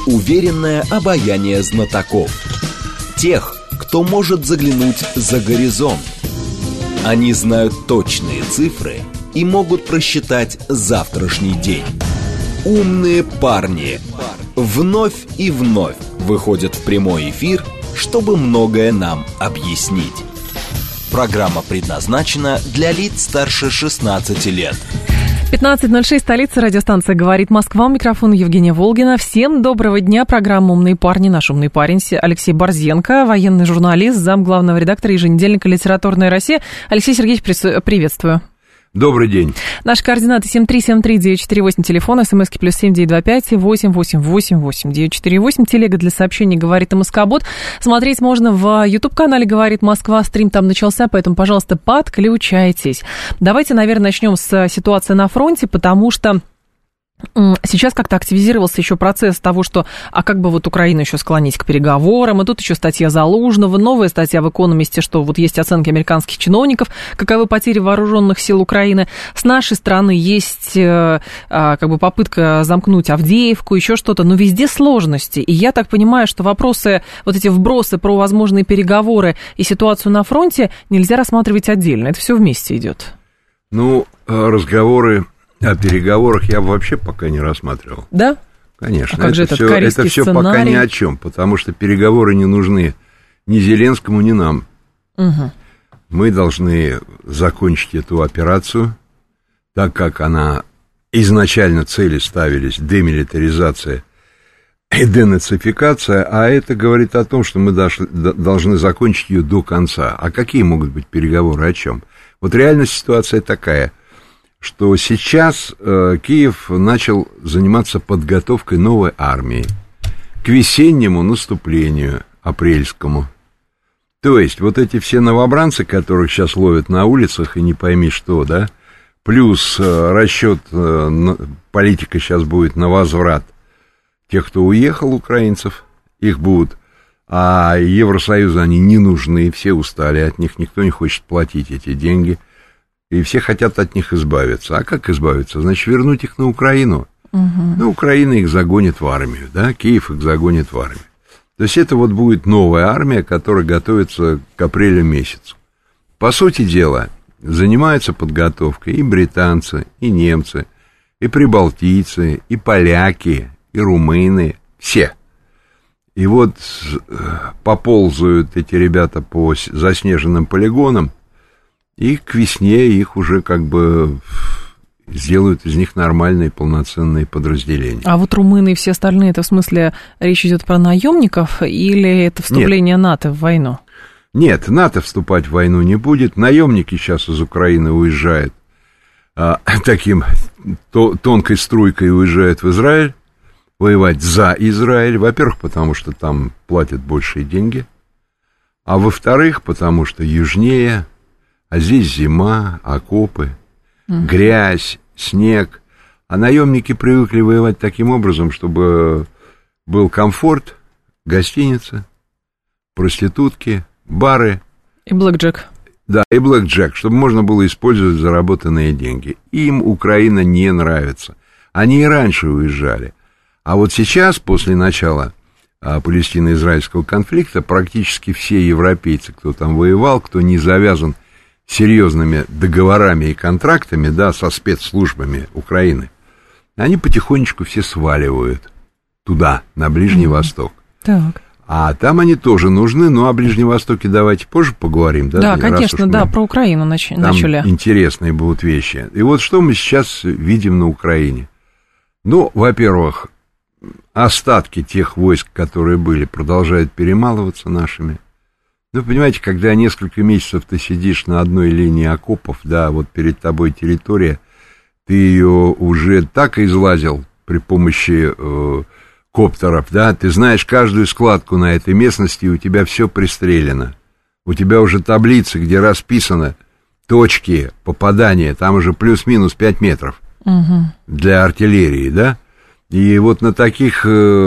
Уверенное обаяние знатоков. Тех, кто может заглянуть за горизонт. Они знают точные цифры и могут просчитать завтрашний день. Умные парни вновь и вновь выходят в прямой эфир, чтобы многое нам объяснить. Программа предназначена для лиц старше 16 лет. 15:06, столица, радиостанция «Говорит Москва». У микрофона Евгения Волгина. Всем доброго дня. Программа «Умные парни». Наш умный парень Алексей Борзенко, военный журналист, зам главного редактора еженедельника «Литературная Россия». Алексей Сергеевич, приветствую. Добрый день. Наши координаты 7373948, телефон, смски +7 925 888 948, телега для сообщений «Говорит МСК-бот». Смотреть можно в YouTube-канале «Говорит Москва», стрим там начался, поэтому, пожалуйста, подключайтесь. Давайте, наверное, начнем с ситуации на фронте, потому что сейчас как-то активизировался еще процесс того, что, как бы вот Украину еще склонить к переговорам, и тут еще статья Залужного, новая статья в «Экономисте», что вот есть оценки американских чиновников, каковы потери вооруженных сил Украины. С нашей стороны есть как бы попытка замкнуть Авдеевку, еще что-то, но везде сложности. И я так понимаю, что вопросы, вот эти вбросы про возможные переговоры и ситуацию на фронте нельзя рассматривать отдельно, это все вместе идет. Ну, разговоры о переговорах я вообще пока не рассматривал. Да? Конечно. А как же это все пока ни о чем, потому что переговоры не нужны ни Зеленскому, ни нам. Угу. Мы должны закончить эту операцию, так как она изначально цели ставились демилитаризация и денацификация, а это говорит о том, что мы должны закончить ее до конца. А какие могут быть переговоры, о чем? Вот реальная ситуация такая, что сейчас Киев начал заниматься подготовкой новой армии к весеннему наступлению апрельскому. То есть вот эти все новобранцы, которых сейчас ловят на улицах и не пойми что, да, плюс расчет, политика сейчас будет на возврат тех, кто уехал, украинцев, их будут, а Евросоюзу они не нужны, все устали от них, никто не хочет платить эти деньги. И все хотят от них избавиться. А как избавиться? Значит, вернуть их на Украину. Угу. Ну, Украина их загонит в армию, да, Киев их загонит в армию. То есть это вот будет новая армия, которая готовится к апрелю месяцу. По сути дела, занимаются подготовкой и британцы, и немцы, и прибалтийцы, и поляки, и румыны, все. И вот поползают эти ребята по заснеженным полигонам, и к весне их уже как бы сделают из них нормальные полноценные подразделения. А вот румыны и все остальные, это в смысле речь идет про наемников или это вступление НАТО в войну? Нет, НАТО вступать в войну не будет. Наемники сейчас из Украины уезжают, таким тонкой струйкой уезжают в Израиль, воевать за Израиль. Во-первых, потому что там платят большие деньги, а во-вторых, потому что южнее. А здесь зима, окопы, грязь, снег. А наемники привыкли воевать таким образом, чтобы был комфорт, гостиницы, проститутки, бары. И блэкджек. Да, и блэкджек, чтобы можно было использовать заработанные деньги. Им Украина не нравится. Они и раньше уезжали. А вот сейчас, после начала палестино-израильского конфликта, практически все европейцы, кто там воевал, кто не завязан серьезными договорами и контрактами, да, со спецслужбами Украины, они потихонечку все сваливают туда, на Ближний Восток. Так. А там они тоже нужны, ну, о Ближнем Востоке давайте позже поговорим, да? Да, конечно, да, про Украину начали. Там интересные будут вещи. И вот что мы сейчас видим на Украине. Ну, во-первых, остатки тех войск, которые были, продолжают перемалываться нашими. Ну, понимаете, когда несколько месяцев ты сидишь на одной линии окопов, да, вот перед тобой территория, ты ее уже так излазил при помощи коптеров, да, ты знаешь каждую складку на этой местности, и у тебя все пристрелено. У тебя уже таблицы, где расписано точки попадания, там уже плюс-минус 5 метров для артиллерии, да. И вот на таких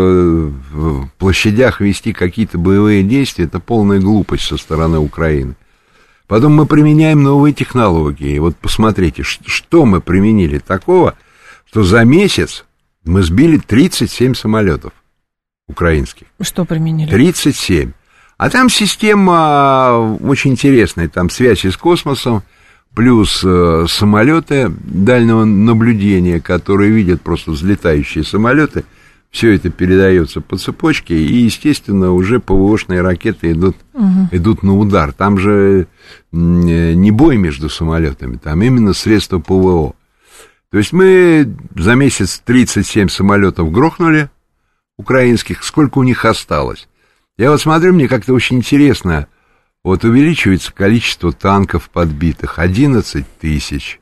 площадях вести какие-то боевые действия — это полная глупость со стороны Украины. Потом мы применяем новые технологии. Вот посмотрите, что мы применили такого, что за месяц мы сбили 37 самолетов. украинских. Что применили? 37. А там система очень интересная, там связь с космосом, плюс самолеты дальнего наблюдения, которые видят просто взлетающие самолеты. Все это передается по цепочке, и, естественно, уже ПВОшные ракеты идут на удар. Там же не бой между самолетами, там именно средства ПВО. То есть мы за месяц 37 самолетов грохнули украинских. Сколько у них осталось? Я вот смотрю, мне как-то очень интересно. Вот увеличивается количество танков подбитых. 11 тысяч.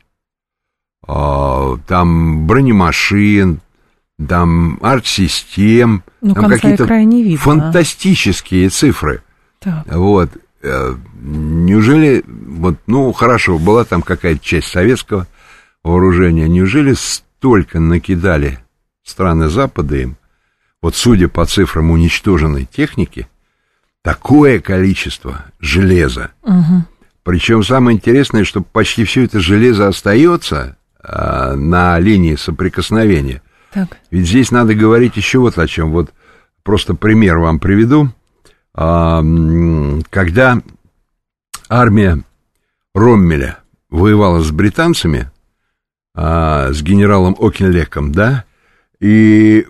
Там бронемашин. Там артсистем, там какие-то фантастические цифры. Так. Вот. Неужели, вот, ну, хорошо, была там какая-то часть советского вооружения, неужели столько накидали страны Запада им, вот судя по цифрам уничтоженной техники, такое количество железа. Угу. Причем самое интересное, что почти все это железо остается на линии соприкосновения. Так. Ведь здесь надо говорить еще вот о чем. Вот просто пример вам приведу. Когда армия Роммеля воевала с британцами, с генералом Окинлеком, да, и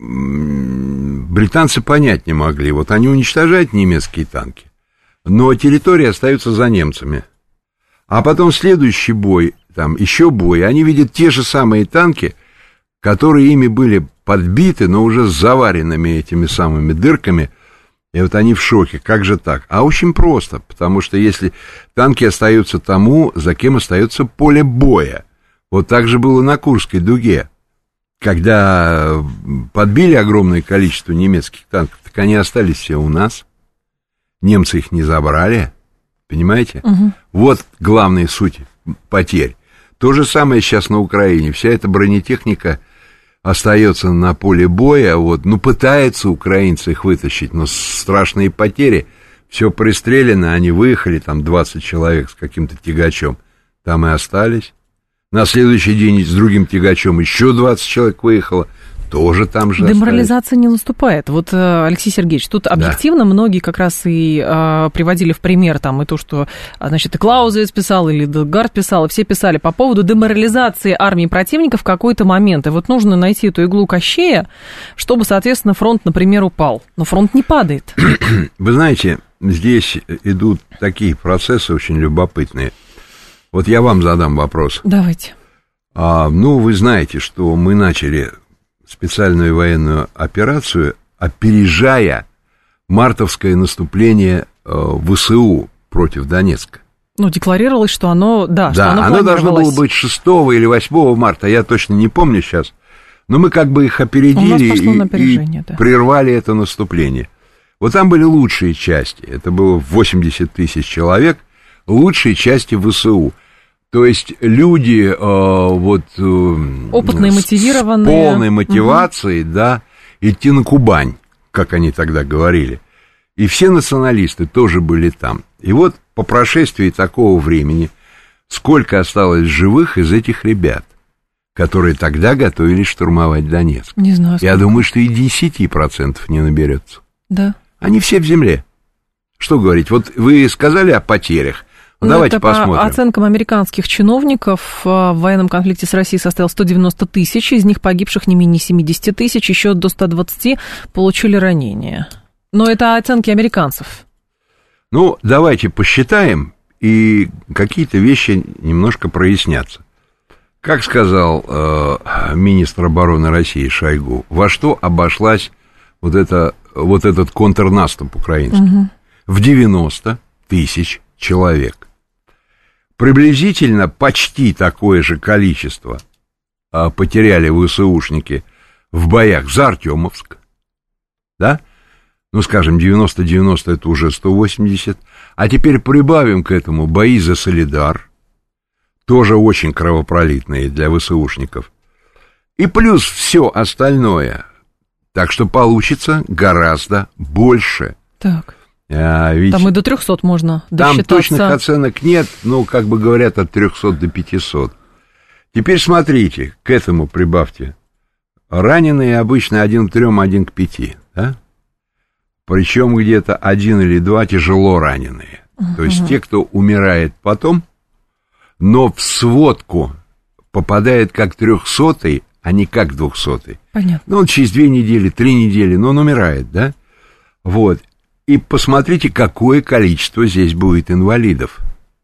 британцы понять не могли. Вот они уничтожают немецкие танки, но территория остается за немцами. А потом следующий бой, там еще бой, они видят те же самые танки, которые ими были подбиты, но уже с заваренными этими самыми дырками, и вот они в шоке, как же так? А очень просто, потому что если танки остаются тому, за кем остается поле боя. Вот так же было на Курской дуге, когда подбили огромное количество немецких танков, так они остались все у нас, немцы их не забрали, понимаете? Угу. Вот главная суть потерь. То же самое сейчас на Украине, вся эта бронетехника остается на поле боя, вот, ну, пытаются украинцы их вытащить, но страшные потери, все пристрелено, они выехали, там 20 человек с каким-то тягачом, там и остались. На следующий день с другим тягачом еще 20 человек выехало, тоже там же деморализация остались. Не наступает. Вот, Алексей Сергеевич, тут объективно многие как раз и приводили в пример там и то, что, значит, и Клаузевиц писал, или Делгард писал, и все писали по поводу деморализации армии противника в какой-то момент. И вот нужно найти эту иглу Кощея, чтобы, соответственно, фронт, например, упал. Но фронт не падает. Вы знаете, здесь идут такие процессы очень любопытные. Вот я вам задам вопрос. Давайте. Ну, вы знаете, что мы начали специальную военную операцию, опережая мартовское наступление ВСУ против Донецка. Ну, декларировалось, что оно, да, что оно должно было быть 6 или 8 марта, я точно не помню сейчас, но мы как бы их опередили и прервали это наступление. Вот там были лучшие части, это было 80 тысяч человек, лучшие части ВСУ. То есть люди опытные, мотивированные, с полной мотивацией, да, идти на Кубань, как они тогда говорили. И все националисты тоже были там. И вот по прошествии такого времени сколько осталось живых из этих ребят, которые тогда готовились штурмовать Донецк? Не знаю. Я думаю, что и 10% не наберется. Да. Они все в земле. Что говорить? Вот вы сказали о потерях. Ну, давайте посмотрим. По оценкам американских чиновников, в военном конфликте с Россией составил 190 тысяч, из них погибших не менее 70 тысяч, еще до 120 получили ранения. Но это оценки американцев. Ну, давайте посчитаем, и какие-то вещи немножко прояснятся. Как сказал министр обороны России Шойгу, во что обошлась вот этот контрнаступ украинский? Угу. В 90 тысяч человек. Приблизительно почти такое же количество потеряли ВСУшники в боях за Артемовск, да? Ну, скажем, 90-90 это уже 180. А теперь прибавим к этому бои за Солидар, тоже очень кровопролитные для ВСУшников. И плюс все остальное. Так что получится гораздо больше. Так. Ведь там и до 300 можно досчитаться. Там точных оценок нет, ну, как бы говорят, от 300 до 500. Теперь смотрите, к этому прибавьте. Раненые обычно 1 к 3, 1 к 5, да? причем где-то 1 или 2 тяжело раненые. То есть те, кто умирает потом, но в сводку попадает как 300-й, а не как 200-й. Понятно. Ну, он через 2 недели, 3 недели, но он умирает, да? Вот. И посмотрите, какое количество здесь будет инвалидов.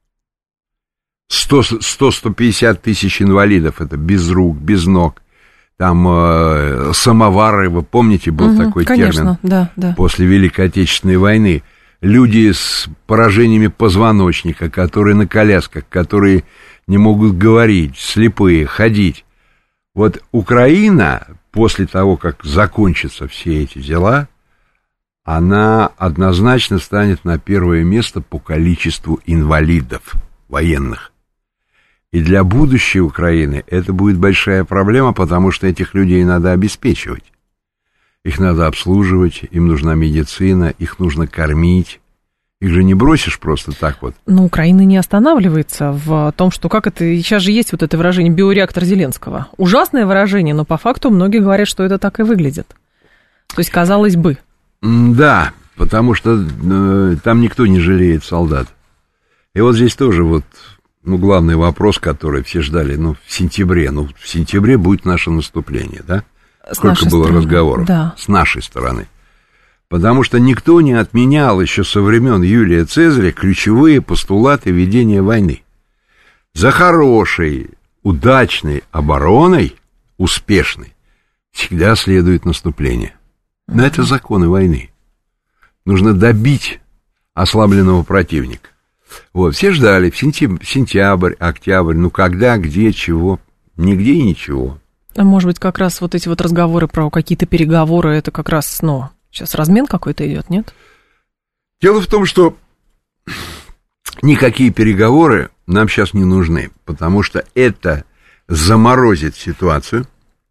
100-150 тысяч инвалидов, это без рук, без ног. Там самовары, вы помните, был такой конечно, термин да. После Великой Отечественной войны. Люди с поражениями позвоночника, которые на колясках, которые не могут говорить, слепые, ходить. Вот Украина, после того, как закончатся все эти дела, она однозначно станет на первое место по количеству инвалидов военных. И для будущей Украины это будет большая проблема, потому что этих людей надо обеспечивать. Их надо обслуживать, им нужна медицина, их нужно кормить. Их же не бросишь просто так вот. Но Украина не останавливается в том, что как это... Сейчас же есть вот это выражение «биореактор Зеленского». Ужасное выражение, но по факту многие говорят, что это так и выглядит. То есть, казалось бы. Да, потому что там никто не жалеет солдат. И вот здесь тоже вот... главный вопрос, который все ждали, в сентябре. В сентябре будет наше наступление, да? Сколько было разговоров? Да. С нашей стороны. Потому что никто не отменял еще со времен Юлия Цезаря ключевые постулаты ведения войны. За хорошей, удачной обороной, успешной, всегда следует наступление. Но это законы войны. Нужно добить ослабленного противника. Вот, все ждали сентябрь, октябрь, когда, где, чего, нигде и ничего. А может быть, как раз вот эти вот разговоры про какие-то переговоры, это как раз, сейчас размен какой-то идет, нет? Дело в том, что никакие переговоры нам сейчас не нужны, потому что это заморозит ситуацию,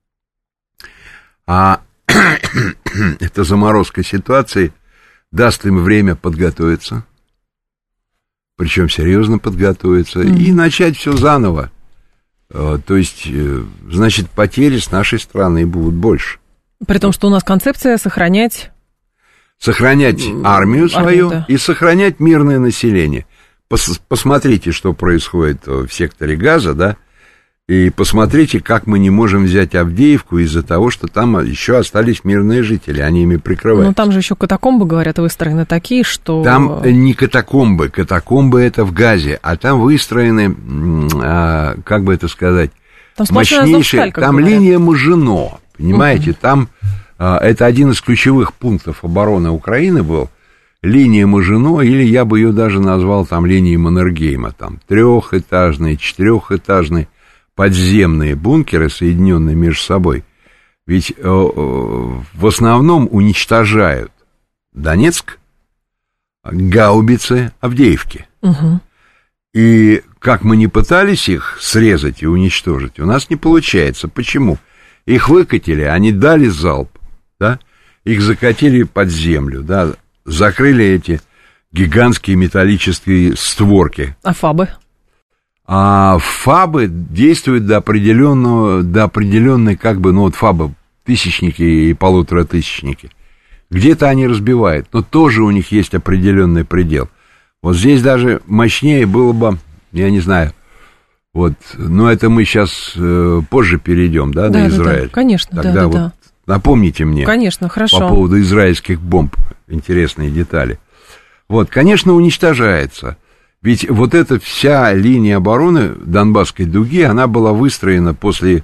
а эта заморозка ситуации даст им время подготовиться, причем серьезно подготовиться, и начать все заново. То есть, значит, потери с нашей стороны будут больше. При том, что у нас концепция сохранять армию свою да. И сохранять мирное население. Посмотрите, что происходит в секторе Газа, да, и посмотрите, как мы не можем взять Авдеевку из-за того, что там еще остались мирные жители, они ими прикрываются. Но там же еще катакомбы, говорят, выстроены такие, что... Там не катакомбы это в Газе, а там выстроены, как бы это сказать, там мощнейшие, там говорят. Линия Мажино, понимаете, там это один из ключевых пунктов обороны Украины был, линия Мажино, или я бы ее даже назвал там линией Маннергейма, там 3-этажный, 4-этажный, подземные бункеры, соединенные между собой, ведь в основном уничтожают Донецк гаубицы Авдеевки. И как мы ни пытались их срезать и уничтожить, у нас не получается. Почему? Их выкатили, они дали залп, да? Их закатили под землю, да? Закрыли эти гигантские металлические створки. А ФАБы? А ФАБы действуют до определенной, ФАБы, тысячники и 1500-тысячники. Где-то они разбивают, но тоже у них есть определенный предел. Вот здесь даже мощнее было бы, я не знаю, но это мы сейчас позже перейдем, да, на Израиль. Да, конечно, Тогда напомните мне. Конечно, хорошо. По поводу израильских бомб, интересные детали. Конечно, уничтожается. Ведь вот эта вся линия обороны Донбасской дуги, она была выстроена после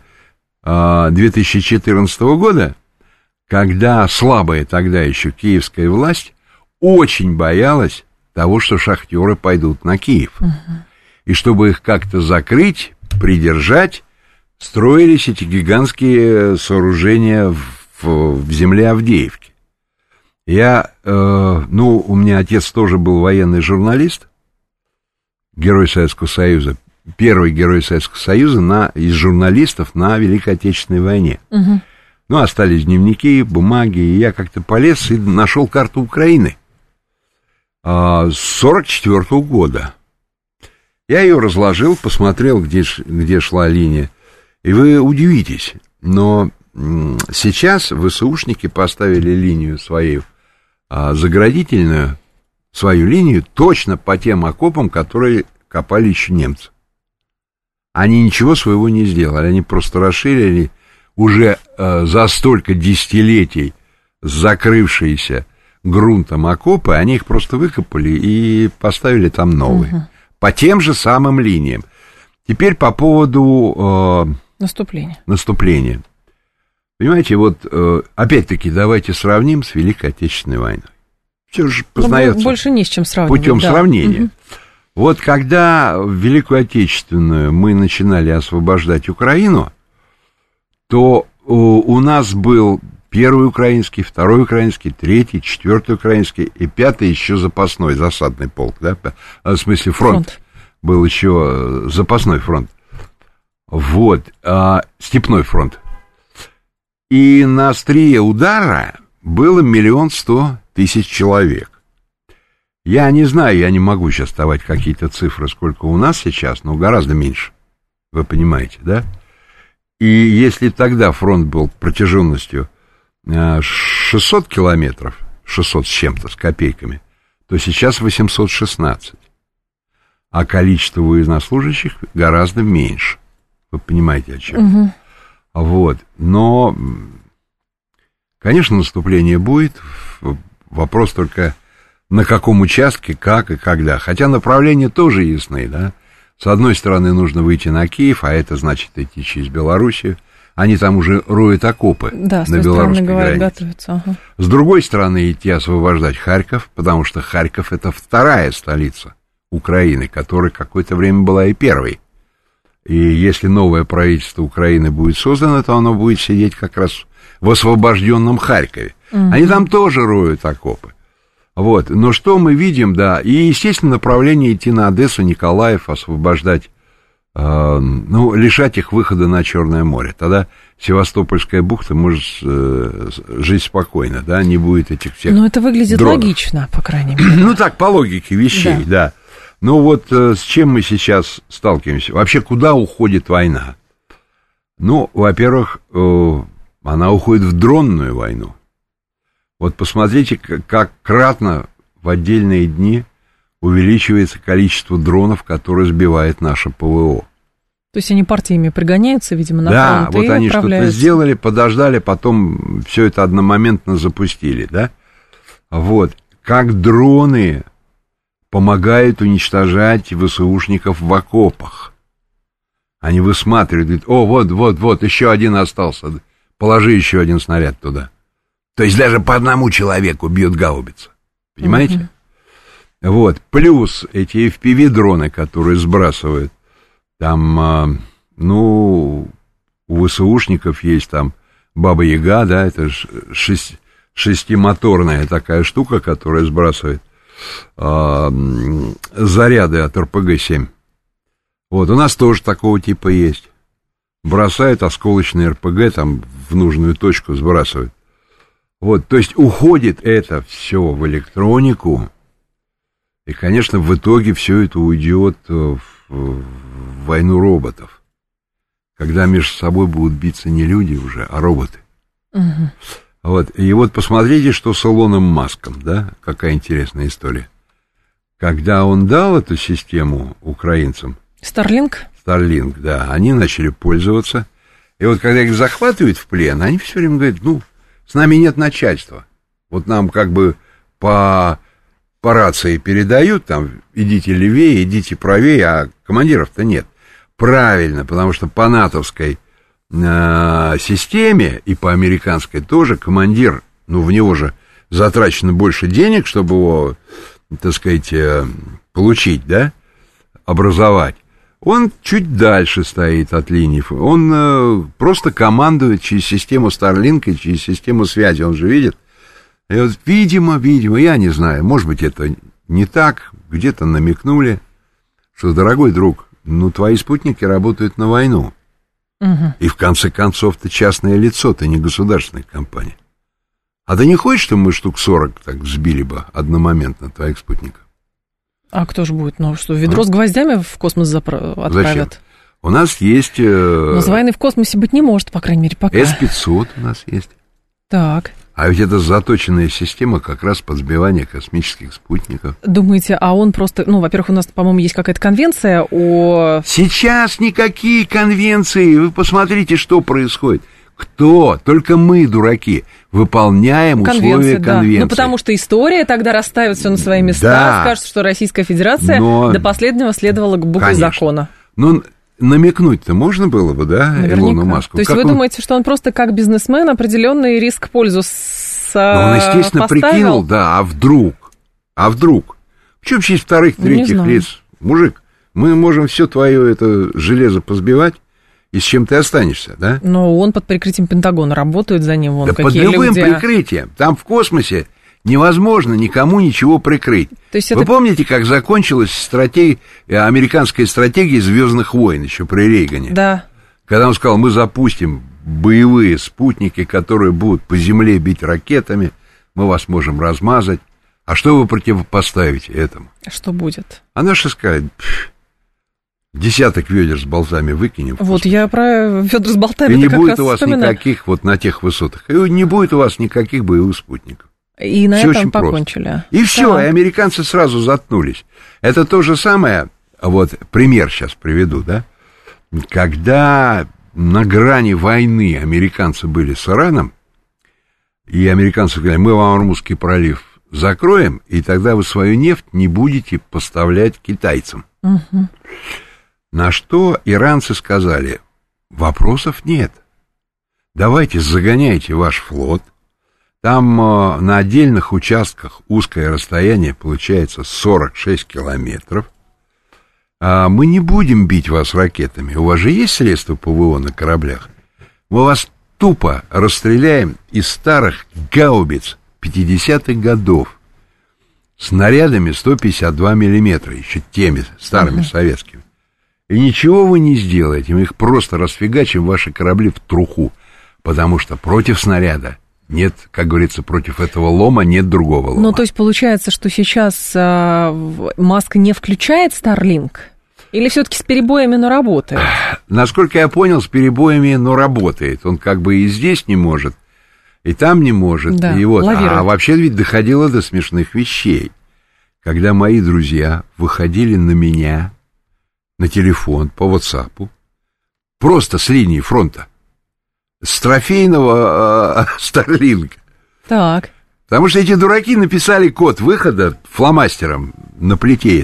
2014 года, когда слабая тогда еще киевская власть очень боялась того, что шахтеры пойдут на Киев. И чтобы их как-то закрыть, придержать, строились эти гигантские сооружения в земле Авдеевки. У меня отец тоже был военный журналист, Герой Советского Союза, первый Герой Советского Союза из журналистов на Великой Отечественной войне. Остались дневники, бумаги, и я как-то полез и нашел карту Украины с 1944 года. Я ее разложил, посмотрел, где шла линия, и вы удивитесь, но сейчас ВСУшники поставили линию свою заградительную свою линию точно по тем окопам, которые копали еще немцы. Они ничего своего не сделали, они просто расширили уже за столько десятилетий закрывшиеся грунтом окопы, они их просто выкопали и поставили там новые. По тем же самым линиям. Теперь по поводу наступления. Понимаете, вот опять-таки давайте сравним с Великой Отечественной войной. Все же познается больше не с чем сравнивать. Путем сравнения. Вот когда в Великую Отечественную мы начинали освобождать Украину, то у нас был первый украинский, второй украинский, третий, четвертый украинский и пятый еще запасной, засадный полк, да, в смысле фронт. Был еще запасной фронт. Вот, степной фронт. И на острие удара было 1 100 000 человек. Я не знаю, я не могу сейчас давать какие-то цифры, сколько у нас сейчас, но гораздо меньше. Вы понимаете, да? И если тогда фронт был протяженностью 600 километров, 600 с чем-то, с копейками, то сейчас 816. А количество военнослужащих гораздо меньше. Вы понимаете, о чем? Вот. Но, конечно, наступление будет. Вопрос только, на каком участке, как и когда. Хотя направления тоже ясны, да? С одной стороны, нужно выйти на Киев, а это значит идти через Белоруссию. Они там уже роют окопы на белорусской границе. Готовятся. С другой стороны, идти освобождать Харьков, потому что Харьков — это вторая столица Украины, которая какое-то время была и первой. И если новое правительство Украины будет создано, то оно будет сидеть как раз в освобожденном Харькове. Они там тоже роют окопы. Вот. Но что мы видим, да, и, естественно, направление идти на Одессу, Николаев, освобождать, лишать их выхода на Черное море. Тогда Севастопольская бухта может жить спокойно, да, не будет этих всех Но это выглядит дронов. Логично, по крайней мере. Ну, так, по логике вещей, да. Ну, вот с чем мы сейчас сталкиваемся? Вообще, куда уходит война? Ну, во-первых, она уходит в дронную войну. Вот посмотрите, как кратно в отдельные дни увеличивается количество дронов, которые сбивает наше ПВО. То есть они партиями пригоняются, видимо, на фронт вот и они что-то сделали, подождали, потом все это одномоментно запустили, да? Вот. Как дроны помогают уничтожать ВСУшников в окопах. Они высматривают, говорят, вот, еще один остался, положи еще один снаряд туда. То есть даже по одному человеку бьют гаубицы. Понимаете? Вот. Плюс эти FPV-дроны, которые сбрасывают. Там, у ВСУшников есть там Баба-Яга, да, это шестимоторная такая штука, которая сбрасывает заряды от РПГ-7. Вот, у нас тоже такого типа есть. Бросают осколочный РПГ, там в нужную точку сбрасывают. Вот, то есть уходит это все в электронику, и, конечно, в итоге все это уйдет в войну роботов, когда между собой будут биться не люди уже, а роботы. Вот, и вот посмотрите, что с Илоном Маском, да, какая интересная история. Когда он дал эту систему украинцам, Starlink, да, они начали пользоваться, и вот когда их захватывают в плен, они все время говорят, с нами нет начальства. Вот нам как бы по рации передают, там, идите левее, идите правее, а командиров-то нет. Правильно, потому что по натовской системе и по американской тоже командир, в него же затрачено больше денег, чтобы его, так сказать, получить, да, образовать. Он чуть дальше стоит от линии. Он просто командует через систему Starlink и через систему связи. Он же видит. И вот, видимо, я не знаю, может быть, это не так. Где-то намекнули, что, дорогой друг, твои спутники работают на войну. И в конце концов ты частное лицо, ты не государственная компания. А ты не хочешь, чтобы мы штук 40 так сбили бы одномоментно твоих спутников? А кто же будет? Ведро с гвоздями в космос отправят? Зачем? У нас есть... Но с войны в космосе быть не может, по крайней мере, пока. С-500 у нас есть. Так. А ведь это заточенная система как раз под сбивание космических спутников. Думаете, а он просто... Ну, во-первых, у нас, по-моему, есть какая-то конвенция о... Сейчас никакие конвенции. Вы посмотрите, что происходит. Кто? Только мы, дураки, выполняем условия конвенции. Ну, потому что история тогда расставит все на свои места. Да. Скажет, что Российская Федерация до последнего следовала к букве закона. Ну, намекнуть-то можно было бы, да, Илону Маску? То есть вы думаете, что он просто как бизнесмен определенный риск-пользу он, естественно, поставил? Прикинул, да, а вдруг? Причем через вторых, третьих лиц? Мужик, мы можем все твое это железо позбивать, и с чем ты останешься, да? Но он под прикрытием Пентагона работает, за ним вон да какие под любым люди. Прикрытием. Там в космосе невозможно никому ничего прикрыть. То есть Вы помните, как закончилась американская стратегия «Звездных войн» еще при Рейгане? Да. Когда он сказал, мы запустим боевые спутники, которые будут по земле бить ракетами, мы вас можем размазать. А что вы противопоставите этому? Что будет? А наши скажут, десяток ведер с болтами выкинем. Вот я про ведра с болтами и не как будет раз у вас вспоминаю. никаких, вот на тех высотах, и не будет у вас никаких боевых спутников. И на Всё этом очень покончили. просто. И все, и американцы сразу заткнулись. Это то же самое, вот пример сейчас приведу, да, когда на грани войны американцы были с Ираном, и американцы сказали, мы вам Ормузский пролив закроем, и тогда вы свою нефть не будете поставлять китайцам. Угу. На что иранцы сказали, вопросов нет, давайте загоняйте ваш флот, там на отдельных участках узкое расстояние получается 46 километров, мы не будем бить вас ракетами, у вас же есть средства ПВО на кораблях, мы вас тупо расстреляем из старых гаубиц 50-х годов снарядами 152 миллиметра, еще теми старыми советскими. И ничего вы не сделаете, мы их просто расфигачим, ваши корабли в труху, потому что против снаряда нет, как говорится, против этого лома нет другого лома. Ну, то есть получается, что сейчас Маск не включает Starlink? Или все-таки с перебоями, но работает? Насколько я понял, с перебоями, но работает. Он как бы и здесь не может, и там не может. Да, и вот. лавирует. А вообще ведь доходило до смешных вещей. Когда мои друзья выходили на меня на телефон по WhatsApp, просто с линии фронта, с трофейного Starlink. Так. Потому что эти дураки написали код выхода фломастером на плите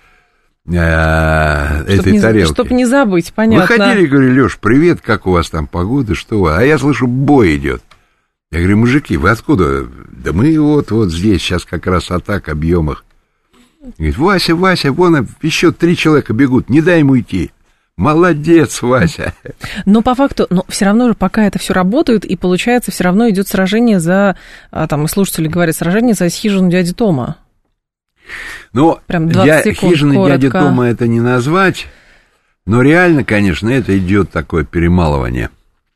этой тарелки. Чтобы не забыть, понятно. Выходили и говорили, Лёш, привет, как у вас там погода, что вы? А я слышу, бой идет. Я говорю, мужики, вы откуда? Да мы вот здесь, сейчас как раз атака, объемах. Говорит, Вася, вон еще 3 человека бегут, не дай ему идти. Молодец, Вася. Но по факту, все равно же пока это все работает, и получается, все равно идет сражение за, там, и слушатели говорят, сражение за хижину дяди Тома. Ну, прям 20 секунд, хижины коротко. дяди Тома это не назвать, но реально, конечно, это идет такое перемалывание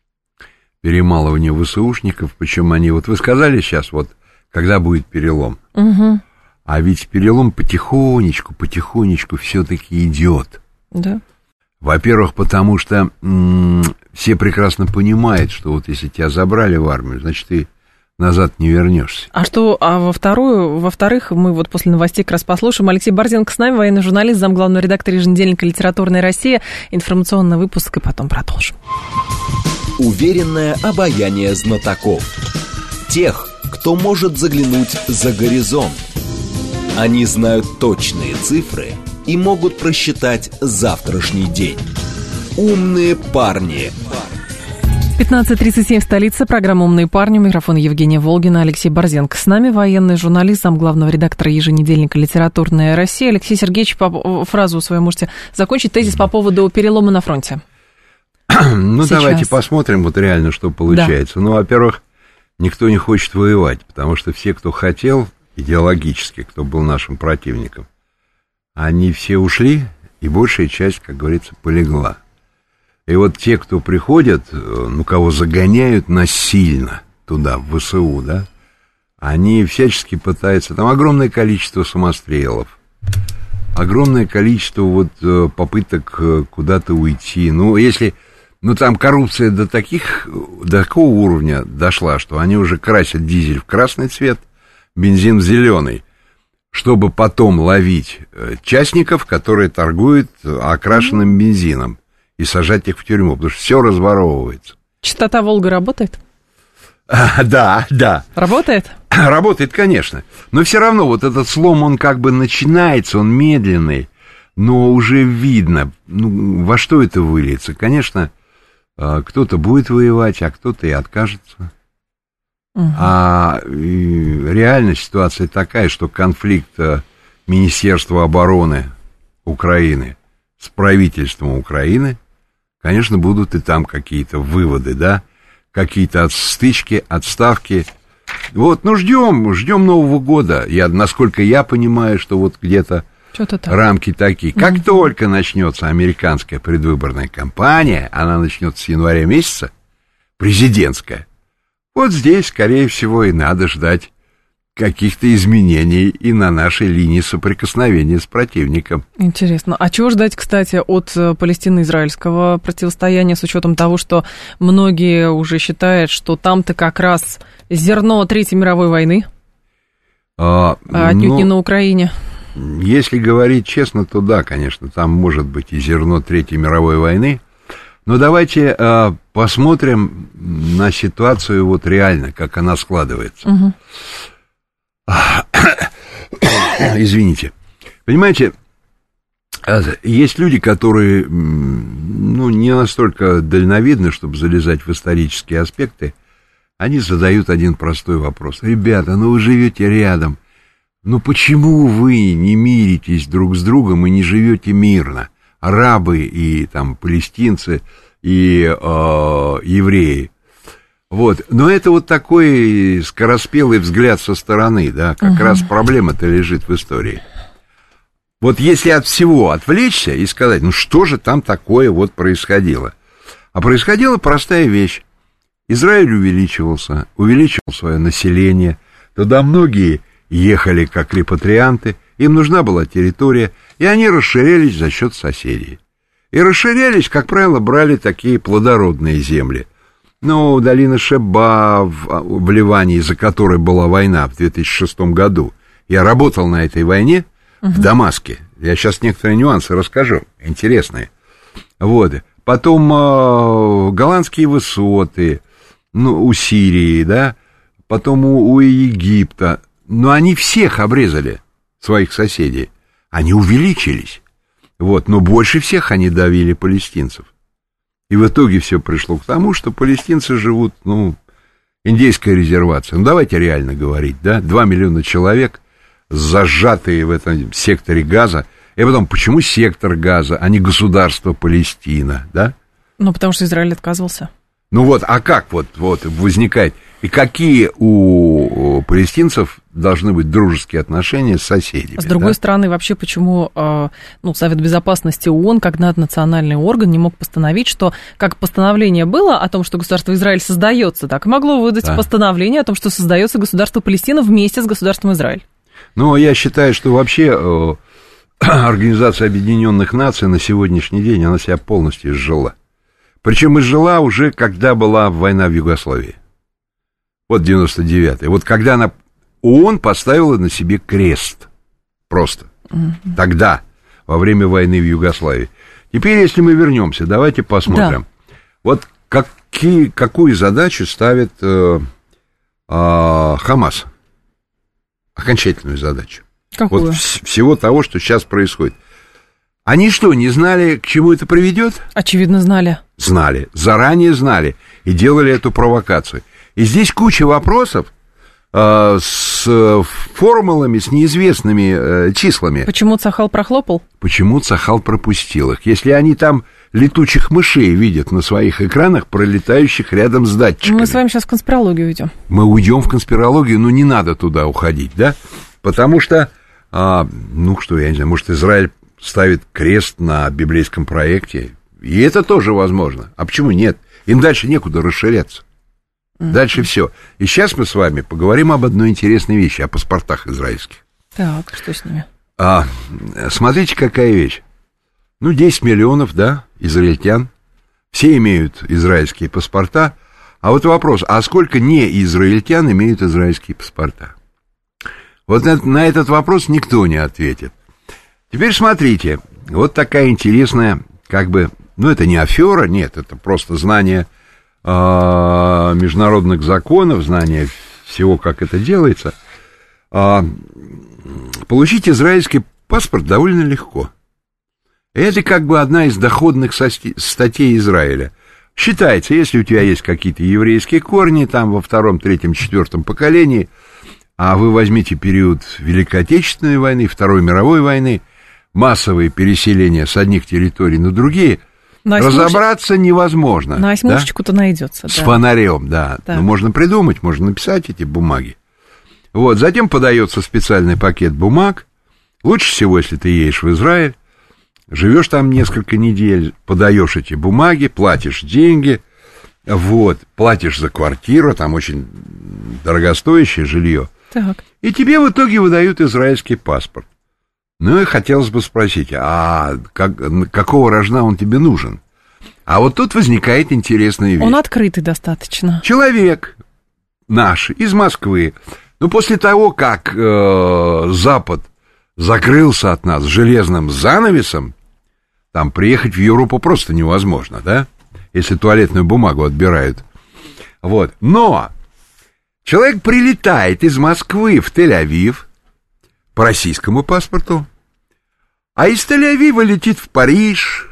ВСУшников, причем они, вот вы сказали сейчас, вот, когда будет перелом, а ведь перелом потихонечку все-таки идет. Да. Во-первых, потому что все прекрасно понимают, что вот если тебя забрали в армию, значит, ты назад не вернешься. А во-вторых, мы вот после новостей как раз послушаем. Алексей Борзенко с нами, военный журналист, замглавного редактора еженедельника «Литературная Россия». Информационный выпуск, и потом продолжим. Уверенное обаяние знатоков. Тех, кто может заглянуть за горизонт. Они знают точные цифры и могут просчитать завтрашний день. Умные парни. 15:37 в столице. Программа «Умные парни». Микрофон Евгения Волгина, Алексей Борзенко. С нами военный журналист, замглавного редактора еженедельника «Литературная Россия». Алексей Сергеевич, фразу свою можете закончить. Тезис по поводу перелома на фронте. Ну, сейчас. Давайте посмотрим вот реально, что получается. Да. Ну, во-первых, никто не хочет воевать, потому что все, кто хотел, идеологически, кто был нашим противником, они все ушли, и большая часть, как говорится, полегла. И вот те, кто приходят, кого загоняют насильно туда, в ВСУ, да, они всячески пытаются, там огромное количество самострелов, огромное количество вот попыток куда-то уйти. Ну, если Но там коррупция до такого уровня дошла, что они уже красят дизель в красный цвет, бензин в зеленый, чтобы потом ловить частников, которые торгуют окрашенным бензином, и сажать их в тюрьму, потому что все разворовывается. Частота Волга работает? Да. Работает? Работает, конечно. Но все равно вот этот слом, он как бы начинается, он медленный, но уже видно, во что это выльется. Конечно, кто-то будет воевать, а кто-то и откажется. А реальная ситуация такая, что конфликт Министерства обороны Украины с правительством Украины, конечно, будут и там какие-то выводы, да, какие-то стычки, отставки. Вот, ждем Нового года. Насколько я понимаю, что вот где-то рамки такие. Как только начнется американская предвыборная кампания, она начнется с января месяца, президентская, вот здесь, скорее всего, и надо ждать каких-то изменений и на нашей линии соприкосновения с противником. Интересно. А чего ждать, кстати, от палестино-израильского противостояния, с учетом того, что многие уже считают, что там-то как раз зерно Третьей мировой войны, отнюдь не на Украине? Если говорить честно, то да, конечно, там может быть и зерно Третьей мировой войны. Но давайте посмотрим на ситуацию вот реально, как она складывается. Извините. Понимаете, есть люди, которые, не настолько дальновидны, чтобы залезать в исторические аспекты. Они задают один простой вопрос. Ребята, вы живете рядом. Почему вы не миритесь друг с другом и не живете мирно? Арабы и там палестинцы и евреи. Вот. Но это вот такой скороспелый взгляд со стороны, да, как раз проблема-то лежит в истории. Вот если от всего отвлечься и сказать, что же там такое вот происходило? А происходила простая вещь. Израиль увеличивал свое население, туда многие ехали как репатрианты, им нужна была территория, и они расширялись за счет соседей. И расширялись, как правило, брали такие плодородные земли. Долина Шеба в Ливане, из-за которой была война в 2006 году. Я работал на этой войне в Дамаске. Я сейчас некоторые нюансы расскажу, интересные. Вот. Потом голландские высоты, у Сирии, да, потом у Египта. Но они всех обрезали, своих соседей. Они увеличились. Вот. Но больше всех они давили палестинцев. И в итоге все пришло к тому, что палестинцы живут, индейская резервация. Давайте реально говорить, да, 2 миллиона человек, зажатые в этом секторе Газа. И потом, почему сектор Газа, а не государство Палестина, да? Потому что Израиль отказывался. А как вот возникает? И какие у палестинцев должны быть дружеские отношения с соседями? С другой стороны, вообще, почему Совет Безопасности ООН, как наднациональный орган, не мог постановить, что как постановление было о том, что государство Израиль создается, так и могло выдать постановление о том, что создается государство Палестина вместе с государством Израиль? Я считаю, что вообще Организация Объединенных Наций на сегодняшний день, она себя полностью изжила. Причем изжила уже, когда была война в Югославии. Вот 99-й. Вот когда ООН поставила на себе крест. Просто. Тогда, во время войны в Югославии. Теперь, если мы вернемся, давайте посмотрим. Да. Вот какую задачу ставит Хамас? Окончательную задачу. Какую? Вот всего того, что сейчас происходит. Они что, не знали, к чему это приведет? Очевидно, знали. Знали, заранее знали и делали эту провокацию. И здесь куча вопросов с формулами, с неизвестными числами. Почему Цахал прохлопал? Почему Цахал пропустил их? Если они там летучих мышей видят на своих экранах, пролетающих рядом с датчиками. Мы с вами сейчас в конспирологию уйдем. Мы уйдем в конспирологию, но не надо туда уходить, да? Потому что, я не знаю, может, Израиль ставит крест на библейском проекте, и это тоже возможно. А почему нет? Им дальше некуда расширяться. Дальше все. И сейчас мы с вами поговорим об одной интересной вещи, о паспортах израильских. Так, что с ними? Смотрите, какая вещь. 10 миллионов, да, израильтян. Все имеют израильские паспорта. А вот вопрос, а сколько неизраильтян имеют израильские паспорта? Вот на этот вопрос никто не ответит. Теперь смотрите, вот такая интересная, как бы, ну, это не афера, нет, это просто знание международных законов, знание всего, как это делается. Получить израильский паспорт довольно легко. Это как бы одна из доходных статей Израиля. Считается, если у тебя есть какие-то еврейские корни, там во втором, третьем, четвертом поколении, а вы возьмите период Великой Отечественной войны, Второй мировой войны, массовые переселения с одних территорий на другие, разобраться невозможно. На осьмушечку-то найдется. С фонарем, да. Ну, можно придумать, можно написать эти бумаги. Вот, затем подается специальный пакет бумаг. Лучше всего, если ты едешь в Израиль, живешь там несколько недель, подаешь эти бумаги, платишь деньги, вот, платишь за квартиру, там очень дорогостоящее жилье. Так. И тебе в итоге выдают израильский паспорт. Ну и хотелось бы спросить, а какого рожна он тебе нужен? А вот тут возникает интересная вещь. Он открытый достаточно. Человек наш из Москвы, ну после того, как Запад закрылся от нас железным занавесом, там приехать в Европу просто невозможно, да? Если туалетную бумагу отбирают. Вот. Но человек прилетает из Москвы в Тель-Авив по российскому паспорту, а из Тель-Авива летит в Париж,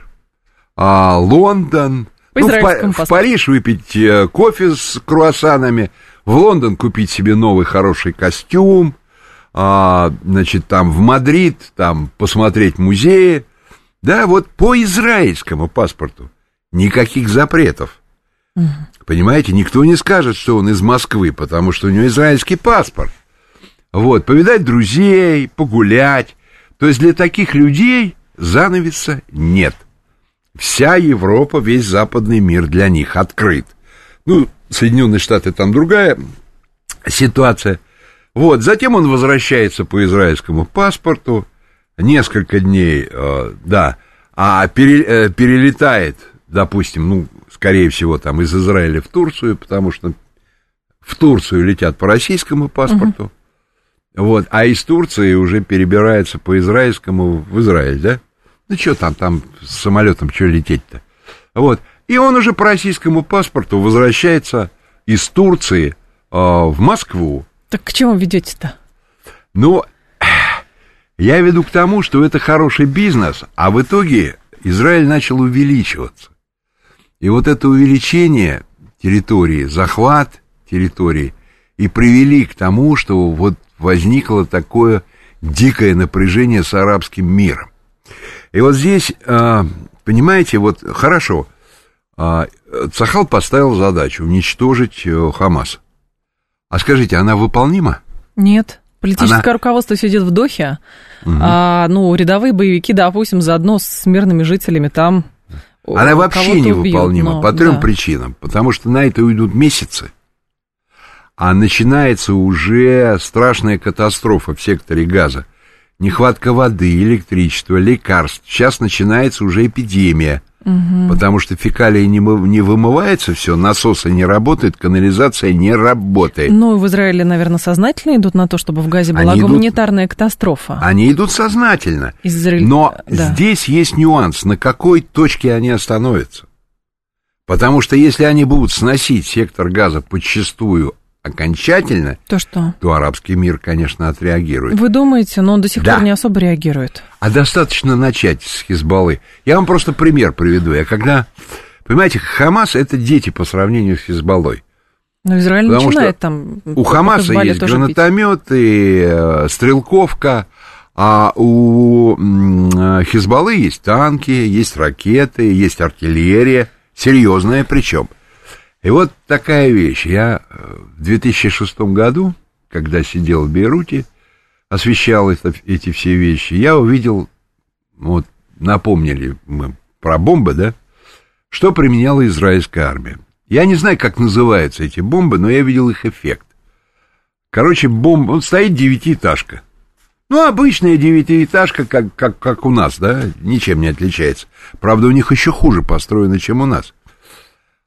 Лондон. В Париж выпить кофе с круассанами, в Лондон купить себе новый хороший костюм, значит, там в Мадрид, там посмотреть музеи, да, вот по израильскому паспорту никаких запретов, понимаете, никто не скажет, что он из Москвы, потому что у него израильский паспорт, вот, повидать друзей, погулять, то есть для таких людей занавеса нет, вся Европа, весь западный мир для них открыт, ну, Соединенные Штаты там другая ситуация. Вот, затем он возвращается по израильскому паспорту, несколько дней, перелетает, допустим, ну, скорее всего, там из Израиля в Турцию, потому что в Турцию летят по российскому паспорту, вот, а из Турции уже перебирается по израильскому в Израиль, да? Ну, что там с самолетом, что лететь-то? Вот, и он уже по российскому паспорту возвращается из Турции в Москву. Так к чему ведете-то? Ну, я веду к тому, что это хороший бизнес, а в итоге Израиль начал увеличиваться. И вот это увеличение территории, захват территории и привели к тому, что вот возникло такое дикое напряжение с арабским миром. И вот здесь, понимаете, вот хорошо, Цахал поставил задачу уничтожить Хамас. А скажите, она выполнима? Нет. Политическое руководство сидит в Дохе, рядовые боевики, допустим, заодно с мирными жителями там. Она вообще невыполнима по трем причинам. Потому что на это уйдут месяцы, а начинается уже страшная катастрофа в секторе Газа. Нехватка воды, электричества, лекарств. Сейчас начинается уже эпидемия. Потому что фекалии не вымывается все, насосы не работают, канализация не работает. Ну, в Израиле, наверное, сознательно идут на то, чтобы в Газе была гуманитарная катастрофа. Они идут сознательно. Но здесь есть нюанс, на какой точке они остановятся. Потому что если они будут сносить сектор Газа подчистую окончательно, то арабский мир, конечно, отреагирует. Вы думаете, но он до сих пор не особо реагирует. А достаточно начать с Хизбаллы. Я вам просто пример приведу. Понимаете, Хамас — это дети по сравнению с Хизбаллой. Но Израиль начинает там... У Хамаса есть гранатометы, стрелковка, а у Хизбаллы есть танки, есть ракеты, есть артиллерия, серьезная причем. И вот такая вещь. Я в 2006 году, когда сидел в Бейруте, освещал эти все вещи, я увидел, вот напомнили мы про бомбы, да, что применяла израильская армия. Я не знаю, как называются эти бомбы, но я видел их эффект. Короче, бомба, стоит девятиэтажка. Ну, обычная девятиэтажка, как у нас, да, ничем не отличается. Правда, у них еще хуже построено, чем у нас.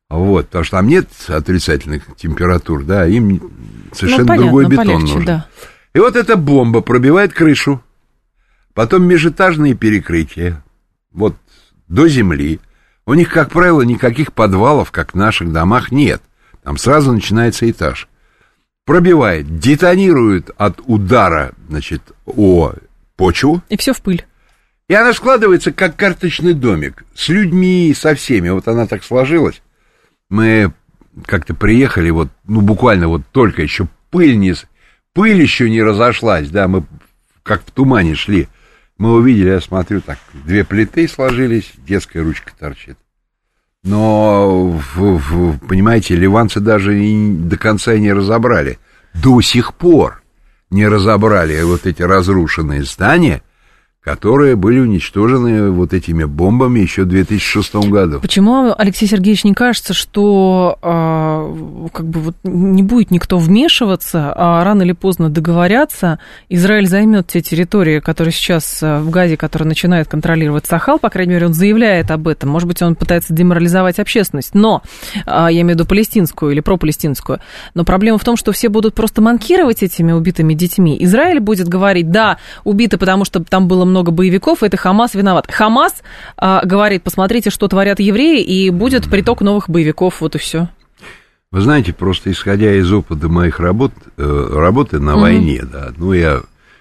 Вот, потому что там нет отрицательных температур, да, им совершенно понятно, другой бетон полегче, нужен. Да. И вот эта бомба пробивает крышу, потом межэтажные перекрытия, вот до земли. У них, как правило, никаких подвалов, как в наших домах, нет. Там сразу начинается этаж. Пробивает, детонирует от удара, значит, о почву. И все в пыль. И она складывается, как карточный домик, с людьми, со всеми. Вот она так сложилась. Мы как-то приехали, вот, ну, буквально вот только еще пыль еще не разошлась, да, мы как в тумане шли. Мы увидели, я смотрю, так, 2 плиты сложились, детская ручка торчит. Но, понимаете, ливанцы даже до конца не разобрали. До сих пор не разобрали вот эти разрушенные здания, которые были уничтожены вот этими бомбами еще в 2006 году. Почему, Алексей Сергеевич, не кажется, что как бы вот не будет никто вмешиваться, а рано или поздно договорятся, Израиль займет те территории, которые сейчас в Газе, которые начинает контролировать Цахал, по крайней мере, он заявляет об этом. Может быть, он пытается деморализовать общественность, но, я имею в виду палестинскую или пропалестинскую, но проблема в том, что все будут просто манкировать этими убитыми детьми. Израиль будет говорить, да, убиты, потому что там было много боевиков, это Хамас виноват. Хамас говорит, посмотрите, что творят евреи, и будет приток новых боевиков, вот и все. Вы знаете, просто исходя из опыта моих работы на войне, да, ну, я,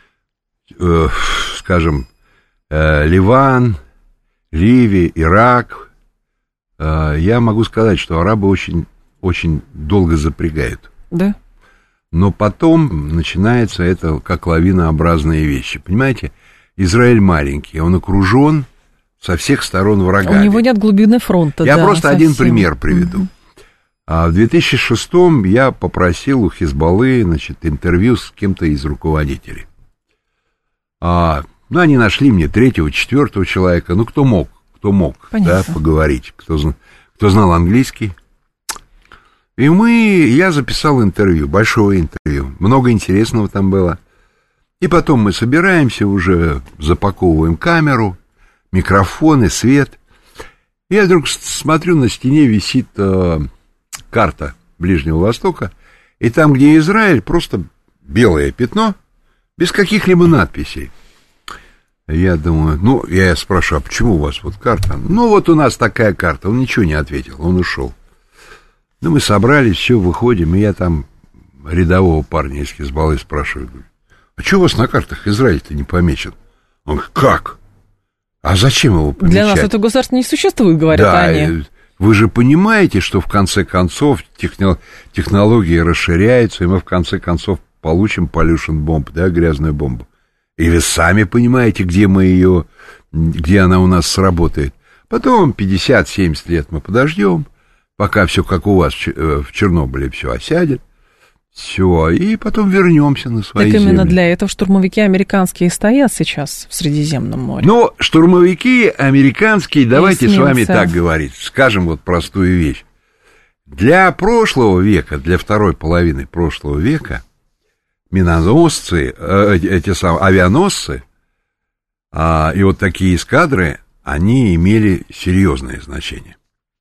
скажем, Ливан, Ливия, Ирак, я могу сказать, что арабы очень, очень долго запрягают. Да. Но потом начинается это как лавинообразные вещи, понимаете? Израиль маленький, он окружен со всех сторон врагами. У него нет глубины фронта. Я да, просто совсем. один пример приведу. В 2006-м я попросил у Хизбаллы, значит, интервью с кем-то из руководителей. Ну, они нашли мне 3-го, 4-го человека, ну, кто мог, да, поговорить, кто знал английский. И я записал интервью, большое интервью, много интересного там было. И потом мы собираемся, уже запаковываем камеру, микрофоны, свет. И я вдруг смотрю, на стене висит карта Ближнего Востока, и там, где Израиль, просто белое пятно, без каких-либо надписей. Я думаю, я спрашиваю, а почему у вас вот карта? Ну, вот у нас такая карта. Он ничего не ответил, он ушел. Ну, мы собрались, все, выходим, и я там рядового парня из Хизбаллы спрашиваю, говорю, а что у вас на картах Израиль-то не помечен? Он говорит, как? А зачем его помечать? Для нас это государство не существует, говорят они. Вы же понимаете, что в конце концов технологии расширяются, и мы в конце концов получим pollution bomb, да, грязную бомбу. И вы сами понимаете, где она у нас сработает. Потом 50-70 лет мы подождем, пока все как у вас в Чернобыле все осядет. Все, и потом вернемся на свои земли. Так именно для этого штурмовики американские стоят сейчас в Средиземном море. Но штурмовики американские, давайте с вами так говорить, скажем вот простую вещь. Для прошлого века, для второй половины прошлого века, миноносцы, авианосцы и вот такие эскадры, они имели серьезное значение.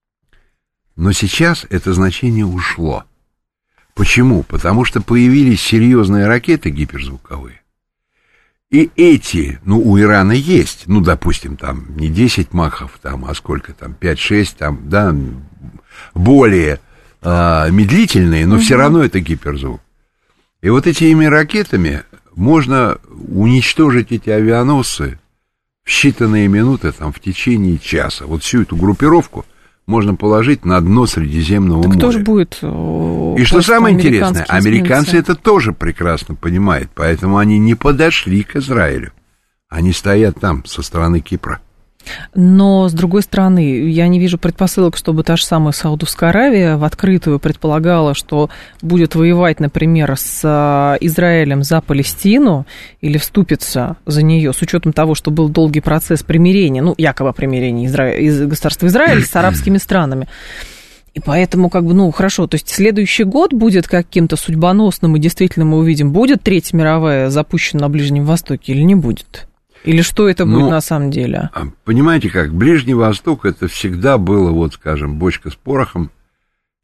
Но сейчас это значение ушло. Почему? Потому что появились серьезные ракеты гиперзвуковые. И эти, у Ирана есть, допустим, там не 10 махов, там, а сколько там, 5-6, там, да, более медлительные, но все равно это гиперзвук. И вот этими ракетами можно уничтожить эти авианосцы в считанные минуты, там, в течение часа. Вот всю эту группировку можно положить на дно Средиземного моря. Кто же будет? И что самое интересное, американцы это тоже прекрасно понимают, поэтому они не подошли к Израилю. Они стоят там, со стороны Кипра. Но, с другой стороны, я не вижу предпосылок, чтобы та же самая Саудовская Аравия в открытую предполагала, что будет воевать, например, с Израилем за Палестину или вступится за нее, с учетом того, что был долгий процесс примирения, якобы примирения государства Израиль с арабскими странами. И поэтому, хорошо, то есть следующий год будет каким-то судьбоносным, и действительно мы увидим, будет Третья мировая запущена на Ближнем Востоке или не будет? Или что это будет на самом деле? Понимаете как, Ближний Восток это всегда было, вот скажем, бочка с порохом,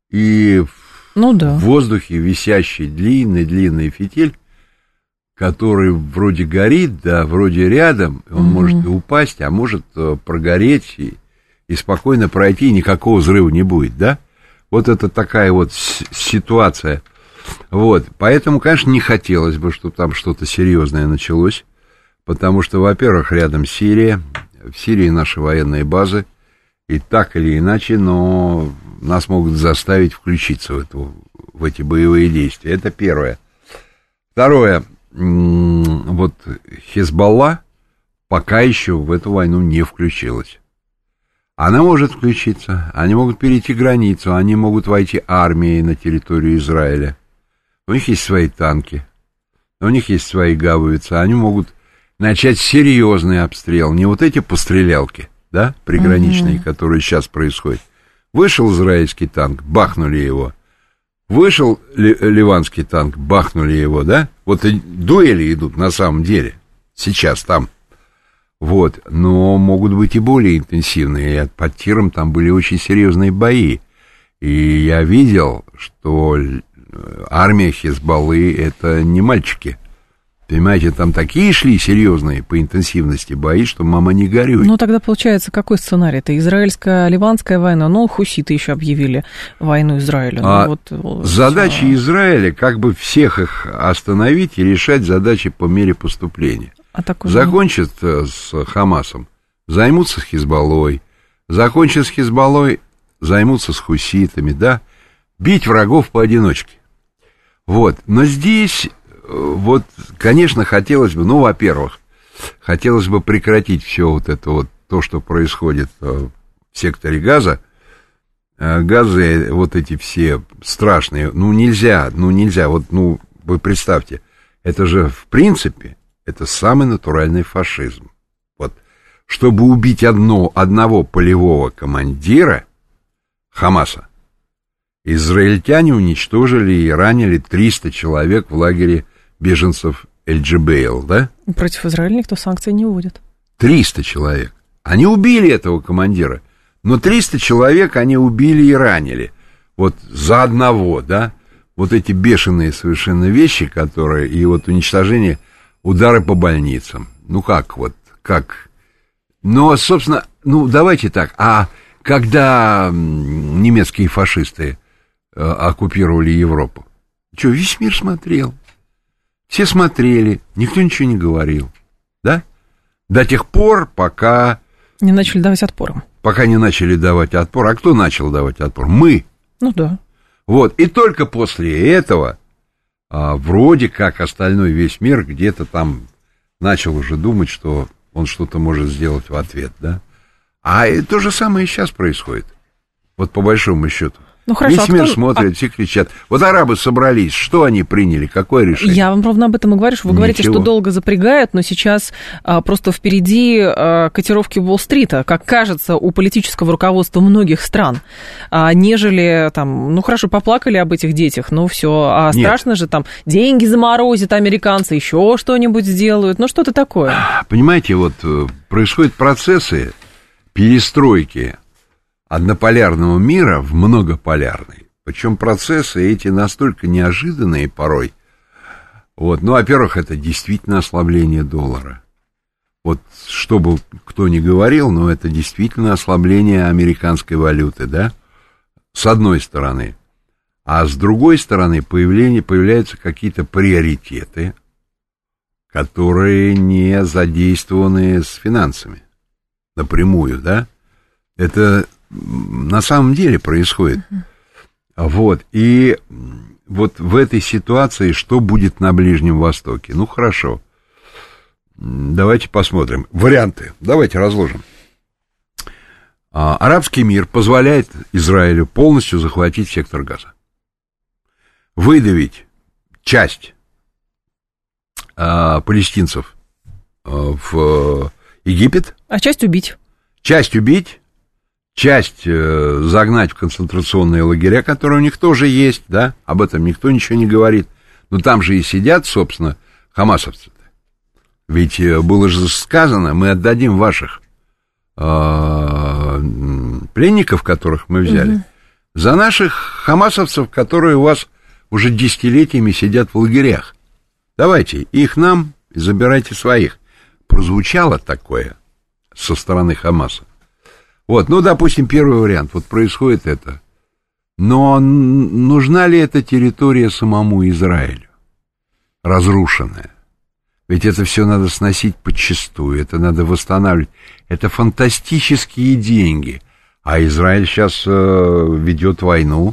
и ну, да. в воздухе висящий длинный фитиль, который вроде горит, да, вроде рядом, он может и упасть, а может прогореть и спокойно пройти, и никакого взрыва не будет, да? Вот это такая вот ситуация. Вот, поэтому, конечно, не хотелось бы, чтобы там что-то серьезное началось, потому что, во-первых, рядом Сирия, в Сирии наши военные базы, и так или иначе, но нас могут заставить включиться в эти боевые действия. Это первое. Второе, вот Хезболла пока еще в эту войну не включилась. Она может включиться, они могут перейти границу, они могут войти армией на территорию Израиля. У них есть свои танки, у них есть свои гаубицы, они могут начать серьезный обстрел, не вот эти пострелялки, да, приграничные, которые сейчас происходят. Вышел израильский танк, бахнули его. Вышел ливанский танк, бахнули его, да? Вот и дуэли идут на самом деле, сейчас там. Вот, но могут быть и более интенсивные, и под Тиром там были очень серьезные бои. И я видел, что армия Хезболлы — это не мальчики. Понимаете, там такие шли серьезные по интенсивности бои, что мама не горюй. Ну, тогда получается, какой сценарий? Это израильско-ливанская война, ну, хуситы еще объявили войну Израилю. Задача Израиля, как бы всех их остановить и решать задачи по мере поступления. Закончат с Хамасом, займутся с Хезболлой, закончат с Хезболлой, займутся с хуситами, да, бить врагов поодиночке. Вот, но здесь, вот, конечно, хотелось бы, ну, во-первых, хотелось бы прекратить все вот это вот, то, что происходит в секторе Газа. Газы, вот эти все страшные, нельзя, вот, вы представьте, это же, в принципе, это самый натуральный фашизм. Вот, чтобы убить одного полевого командира Хамаса, израильтяне уничтожили и ранили 300 человек в лагере беженцев Эль-Джебейл, да? Против Израиля никто санкций не вводит. 300 человек. Они убили этого командира, но 300 человек они убили и ранили. Вот за одного, да? Вот эти бешеные совершенно вещи, которые, и вот уничтожение, удары по больницам. Как? Но, собственно, давайте так, а когда немецкие фашисты оккупировали Европу, что, весь мир смотрел? Все смотрели, никто ничего не говорил, да? До тех пор, пока... Не начали давать отпор. Пока не начали давать отпор. А кто начал давать отпор? Мы. Ну да. Вот, и только после этого, вроде как остальной весь мир где-то там начал уже думать, что он что-то может сделать в ответ, да? А то же самое и сейчас происходит. Вот по большому счету. Ну, хорошо, весь мир смотрит, все кричат. Вот арабы собрались, что они приняли, какое решение? Я вам ровно об этом и говорю, что вы говорите, что долго запрягают, но сейчас просто впереди котировки Уолл-стрита, как кажется, у политического руководства многих стран, нежели там, хорошо, поплакали об этих детях, все, страшно же там, деньги заморозят американцы, еще что-нибудь сделают, что-то такое. Понимаете, вот происходят процессы перестройки однополярного мира в многополярный. Причем процессы эти настолько неожиданные порой. Вот. Во-первых, это действительно ослабление доллара. Вот что бы кто ни говорил, но это действительно ослабление американской валюты, да? С одной стороны. А с другой стороны появляются какие-то приоритеты, которые не задействованы с финансами напрямую, да? Это на самом деле происходит. Вот, и вот в этой ситуации что будет на Ближнем Востоке? Хорошо. Давайте посмотрим. Варианты. Давайте разложим. Арабский мир позволяет Израилю полностью захватить сектор Газа. Выдавить часть палестинцев в Египет. А часть убить. Часть убить. Часть загнать в концентрационные лагеря, которые у них тоже есть, да, об этом никто ничего не говорит. Но там же и сидят, собственно, хамасовцы-то. Ведь было же сказано, мы отдадим ваших пленников, которых мы взяли, За наших хамасовцев, которые у вас уже десятилетиями сидят в лагерях. Давайте их нам и забирайте своих. Прозвучало такое со стороны Хамаса. Вот, ну, допустим, первый вариант. Вот происходит это. Но нужна ли эта территория самому Израилю? Разрушенная. Ведь это все надо сносить подчистую, это надо восстанавливать. Это фантастические деньги. А Израиль сейчас ведет войну,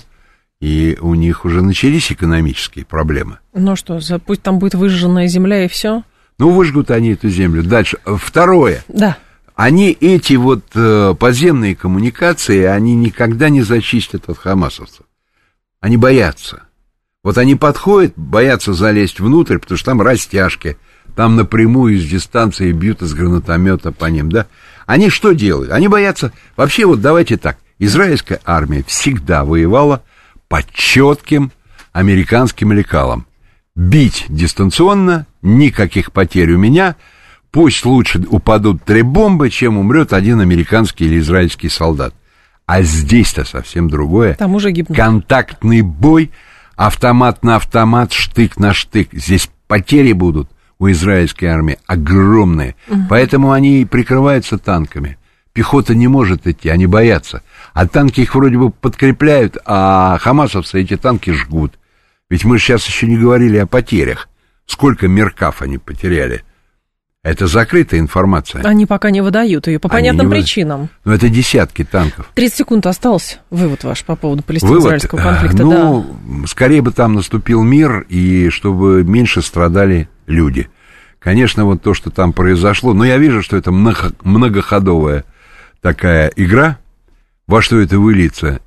и у них уже начались экономические проблемы. Ну что, пусть там будет выжженная земля и все? Ну, выжгут они эту землю. Дальше. Второе. Да. Они, эти вот подземные коммуникации, они никогда не зачистят от хамасовцев. Они боятся. Вот они подходят, боятся залезть внутрь, потому что там растяжки, там напрямую с дистанции бьют из гранатомета по ним, да? Они что делают? Они боятся... Вообще, вот давайте так. Израильская армия всегда воевала по четким американским лекалам. Бить дистанционно, никаких потерь у меня... Пусть лучше упадут 3 бомбы, чем умрет один американский или израильский солдат. А здесь-то совсем другое. Там уже гибнут. Контактный бой, автомат на автомат, штык на штык. Здесь потери будут у израильской армии огромные. Поэтому они и прикрываются танками. Пехота не может идти, они боятся. А танки их вроде бы подкрепляют, а хамасовцы эти танки жгут. Ведь мы же сейчас еще не говорили о потерях. Сколько меркав они потеряли. Это закрытая информация. Они пока не выдают ее по понятным причинам. Но это десятки танков. 30 секунд осталось. Вывод ваш по поводу палестино-израильского конфликта. Ну, да. Скорее бы там наступил мир, и чтобы меньше страдали люди. Конечно, вот то, что там произошло, но я вижу, что это многоходовая такая игра. Во что это выльется,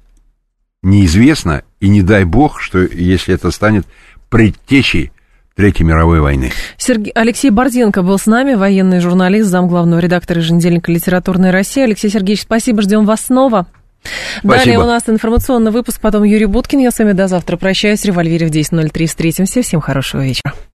неизвестно, и не дай бог, что если это станет предтечей Третьей мировой войны. Алексей Борзенко был с нами, военный журналист, замглавного редактора еженедельника «Литературная Россия». Алексей Сергеевич, спасибо, ждем вас снова. Спасибо. Далее у нас информационный выпуск, потом Юрий Буткин. Я с вами до завтра прощаюсь. Револьверов 10.03 встретимся. Всем хорошего вечера.